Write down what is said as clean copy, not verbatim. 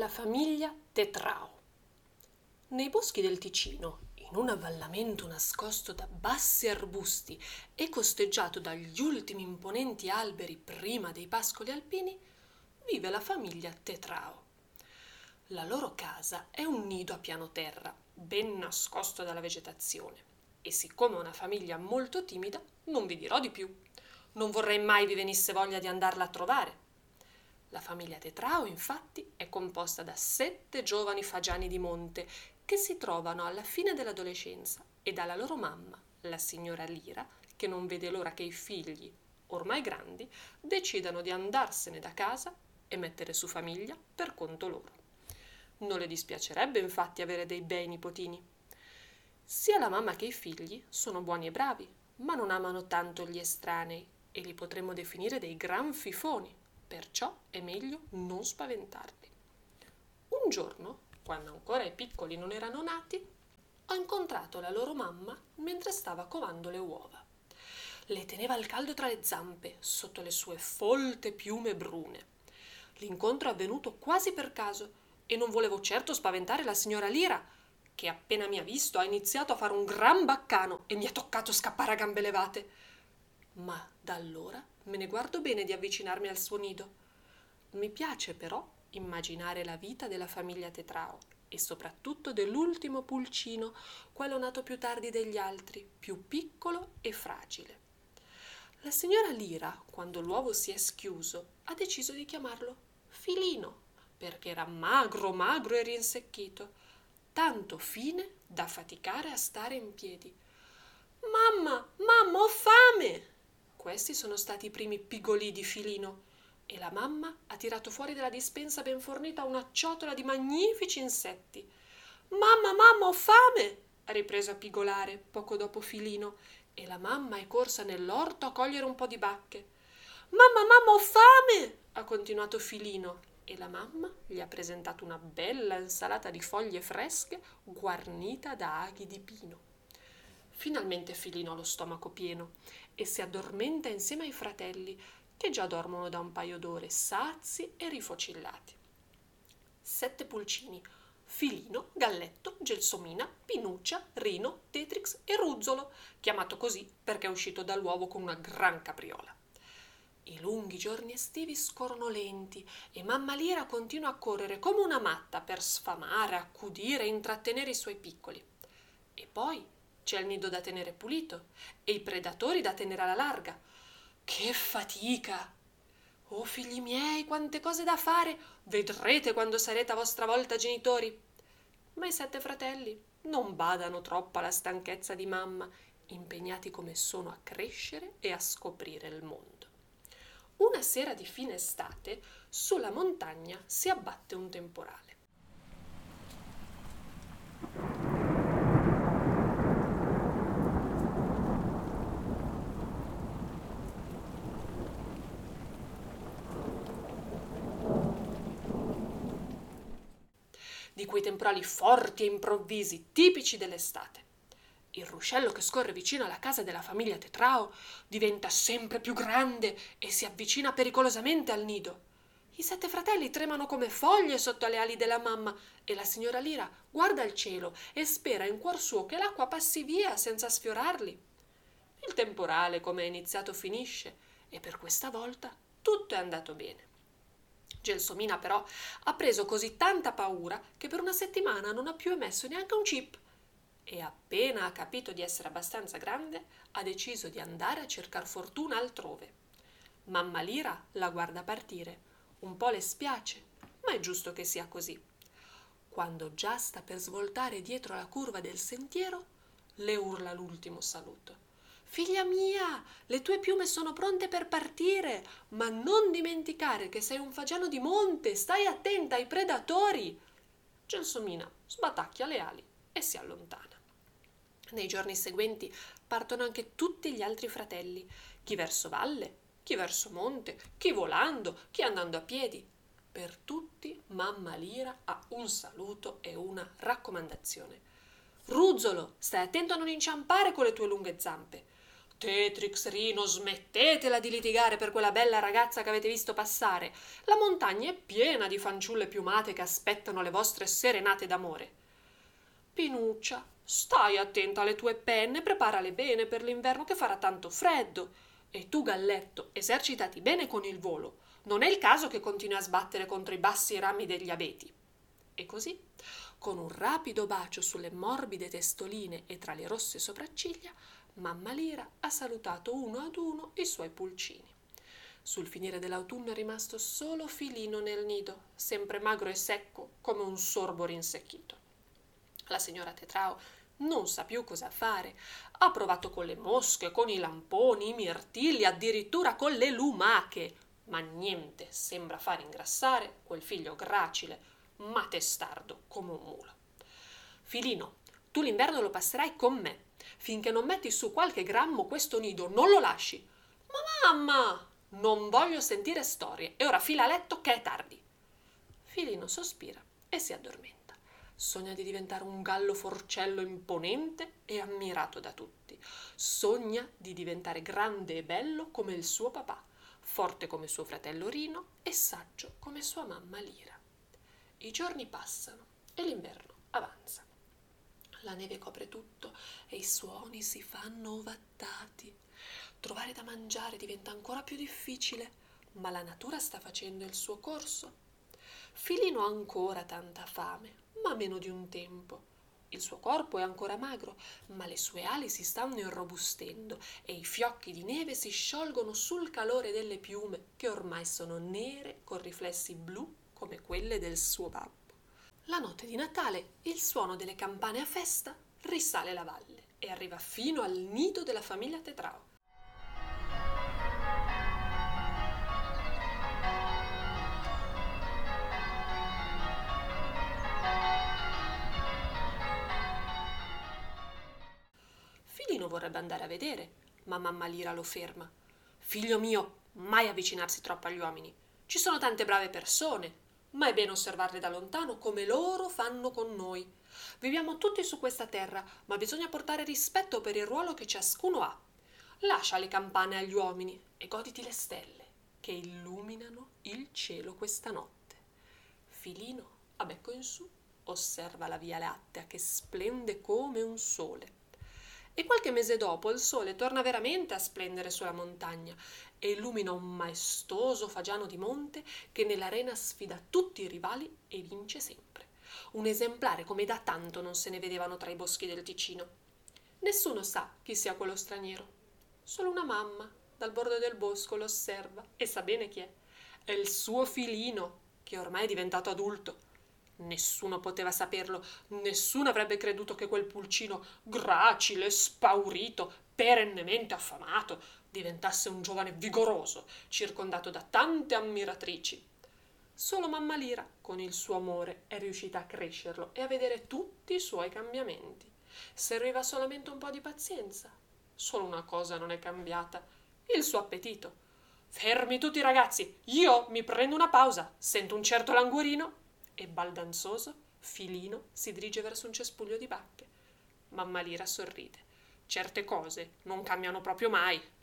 La famiglia Tetrao. Nei boschi del Ticino, in un avvallamento nascosto da bassi arbusti e costeggiato dagli ultimi imponenti alberi prima dei pascoli alpini, vive la famiglia Tetrao. La loro casa è un nido a piano terra, ben nascosto dalla vegetazione, e siccome è una famiglia molto timida, non vi dirò di più. Non vorrei mai vi venisse voglia di andarla a trovare. La famiglia Tetrao, infatti, è composta da 7 giovani fagiani di monte che si trovano alla fine dell'adolescenza e dalla loro mamma, la signora Lira, che non vede l'ora che i figli, ormai grandi, decidano di andarsene da casa e mettere su famiglia per conto loro. Non le dispiacerebbe, infatti, avere dei bei nipotini. Sia la mamma che i figli sono buoni e bravi, ma non amano tanto gli estranei e li potremmo definire dei gran fifoni. Perciò è meglio non spaventarli. Un giorno, quando ancora i piccoli non erano nati, ho incontrato la loro mamma mentre stava covando le uova. Le teneva al caldo tra le zampe, sotto le sue folte piume brune. L'incontro è avvenuto quasi per caso e non volevo certo spaventare la signora Lira, che appena mi ha visto ha iniziato a fare un gran baccano e mi ha toccato scappare a gambe levate. Ma da allora me ne guardo bene di avvicinarmi al suo nido. Mi piace però immaginare la vita della famiglia Tetrao e soprattutto dell'ultimo pulcino, quello nato più tardi degli altri, più piccolo e fragile. La signora Lira, quando l'uovo si è schiuso, ha deciso di chiamarlo Filino, perché era magro, magro e rinsecchito, tanto fine da faticare a stare in piedi. Mamma, ho fame! Questi sono stati i primi pigolii di Filino e la mamma ha tirato fuori dalla dispensa ben fornita una ciotola di magnifici insetti. Mamma, ho fame! Ha ripreso a pigolare poco dopo Filino e la mamma è corsa nell'orto a cogliere un po' di bacche. Mamma, ho fame! Ha continuato Filino e la mamma gli ha presentato una bella insalata di foglie fresche guarnita da aghi di pino. Finalmente Filino ha lo stomaco pieno e si addormenta insieme ai fratelli, che già dormono da un paio d'ore, sazi e rifocillati. 7 pulcini: Filino, Galletto, Gelsomina, Pinuccia, Rino, Tetrix e Ruzzolo, chiamato così perché è uscito dall'uovo con una gran capriola. I lunghi giorni estivi scorrono lenti e mamma Lira continua a correre come una matta per sfamare, accudire e intrattenere i suoi piccoli. E poi c'è il nido da tenere pulito e i predatori da tenere alla larga. Che fatica! Oh figli miei, quante cose da fare! Vedrete quando sarete a vostra volta genitori. Ma i 7 fratelli non badano troppo alla stanchezza di mamma, impegnati come sono a crescere e a scoprire il mondo. Una sera di fine estate, sulla montagna si abbatte un temporale. Di quei temporali forti e improvvisi, tipici dell'estate. Il ruscello che scorre vicino alla casa della famiglia Tetrao diventa sempre più grande e si avvicina pericolosamente al nido. I 7 fratelli tremano come foglie sotto le ali della mamma e la signora Lira guarda il cielo e spera in cuor suo che l'acqua passi via senza sfiorarli. Il temporale, come è iniziato, finisce e per questa volta tutto è andato bene. Gelsomina però ha preso così tanta paura che per una settimana non ha più emesso neanche un cip e appena ha capito di essere abbastanza grande ha deciso di andare a cercar fortuna altrove. Mamma Lira la guarda partire, un po' le spiace, ma è giusto che sia così. Quando già sta per svoltare dietro la curva del sentiero, le urla l'ultimo saluto. Figlia mia, le tue piume sono pronte per partire, ma non dimenticare che sei un fagiano di monte, stai attenta ai predatori. Gelsomina sbatacchia le ali e si allontana. Nei giorni seguenti partono anche tutti gli altri fratelli, chi verso valle, chi verso monte, chi volando, chi andando a piedi. Per tutti mamma Lira ha un saluto e una raccomandazione. Ruzzolo, stai attento a non inciampare con le tue lunghe zampe. Tetrix, Rino, smettetela di litigare per quella bella ragazza che avete visto passare. La montagna è piena di fanciulle piumate che aspettano le vostre serenate d'amore. Pinuccia, stai attenta alle tue penne, preparale bene per l'inverno che farà tanto freddo. E tu, Galletto, esercitati bene con il volo. Non è il caso che continui a sbattere contro i bassi rami degli abeti. E così, con un rapido bacio sulle morbide testoline e tra le rosse sopracciglia, mamma Lira ha salutato uno ad uno i suoi pulcini. Sul finire dell'autunno è rimasto solo Filino nel nido, sempre magro e secco come un sorbo rinsecchito. La signora Tetrao non sa più cosa fare. Ha provato con le mosche, con i lamponi, i mirtilli, addirittura con le lumache, ma niente sembra far ingrassare quel figlio gracile, ma testardo come un mulo. Filino, tu l'inverno lo passerai con me. Finché non metti su qualche grammo questo nido, non lo lasci. Ma mamma, non voglio sentire storie. E ora fila a letto che è tardi. Filino sospira e si addormenta. Sogna di diventare un gallo forcello imponente e ammirato da tutti. Sogna di diventare grande e bello come il suo papà, forte come suo fratello Rino e saggio come sua mamma Lira. I giorni passano e l'inverno avanza. La neve copre tutto e i suoni si fanno ovattati. Trovare da mangiare diventa ancora più difficile, ma la natura sta facendo il suo corso. Filino ha ancora tanta fame, ma meno di un tempo. Il suo corpo è ancora magro, ma le sue ali si stanno irrobustendo e i fiocchi di neve si sciolgono sul calore delle piume, che ormai sono nere con riflessi blu come quelle del suo babbo. La notte di Natale il suono delle campane a festa risale la valle e arriva fino al nido della famiglia Tetrao. Filino vorrebbe andare a vedere, ma mamma Lira lo ferma. Figlio mio, mai avvicinarsi troppo agli uomini. Ci sono tante brave persone, ma è bene osservarle da lontano come loro fanno con noi. Viviamo tutti su questa terra, ma bisogna portare rispetto per il ruolo che ciascuno ha. Lascia le campane agli uomini e goditi le stelle che illuminano il cielo questa notte. Filino, a becco in su, osserva la Via Lattea che splende come un sole. E qualche mese dopo il sole torna veramente a splendere sulla montagna e illumina un maestoso fagiano di monte che nell'arena sfida tutti i rivali e vince sempre. Un esemplare come da tanto non se ne vedevano tra i boschi del Ticino. Nessuno sa chi sia quello straniero. Solo una mamma dal bordo del bosco lo osserva e sa bene chi è. È il suo Filino, che ormai è diventato adulto. Nessuno poteva saperlo, nessuno avrebbe creduto che quel pulcino gracile, spaurito, perennemente affamato, diventasse un giovane vigoroso, circondato da tante ammiratrici. Solo mamma Lira, con il suo amore, è riuscita a crescerlo e a vedere tutti i suoi cambiamenti. Serviva solamente un po' di pazienza. Solo una cosa non è cambiata: il suo appetito. Fermi tutti ragazzi, io mi prendo una pausa, sento un certo languorino. E baldanzoso, Filino si dirige verso un cespuglio di bacche. Mamma Lira sorride. Certe cose non cambiano proprio mai.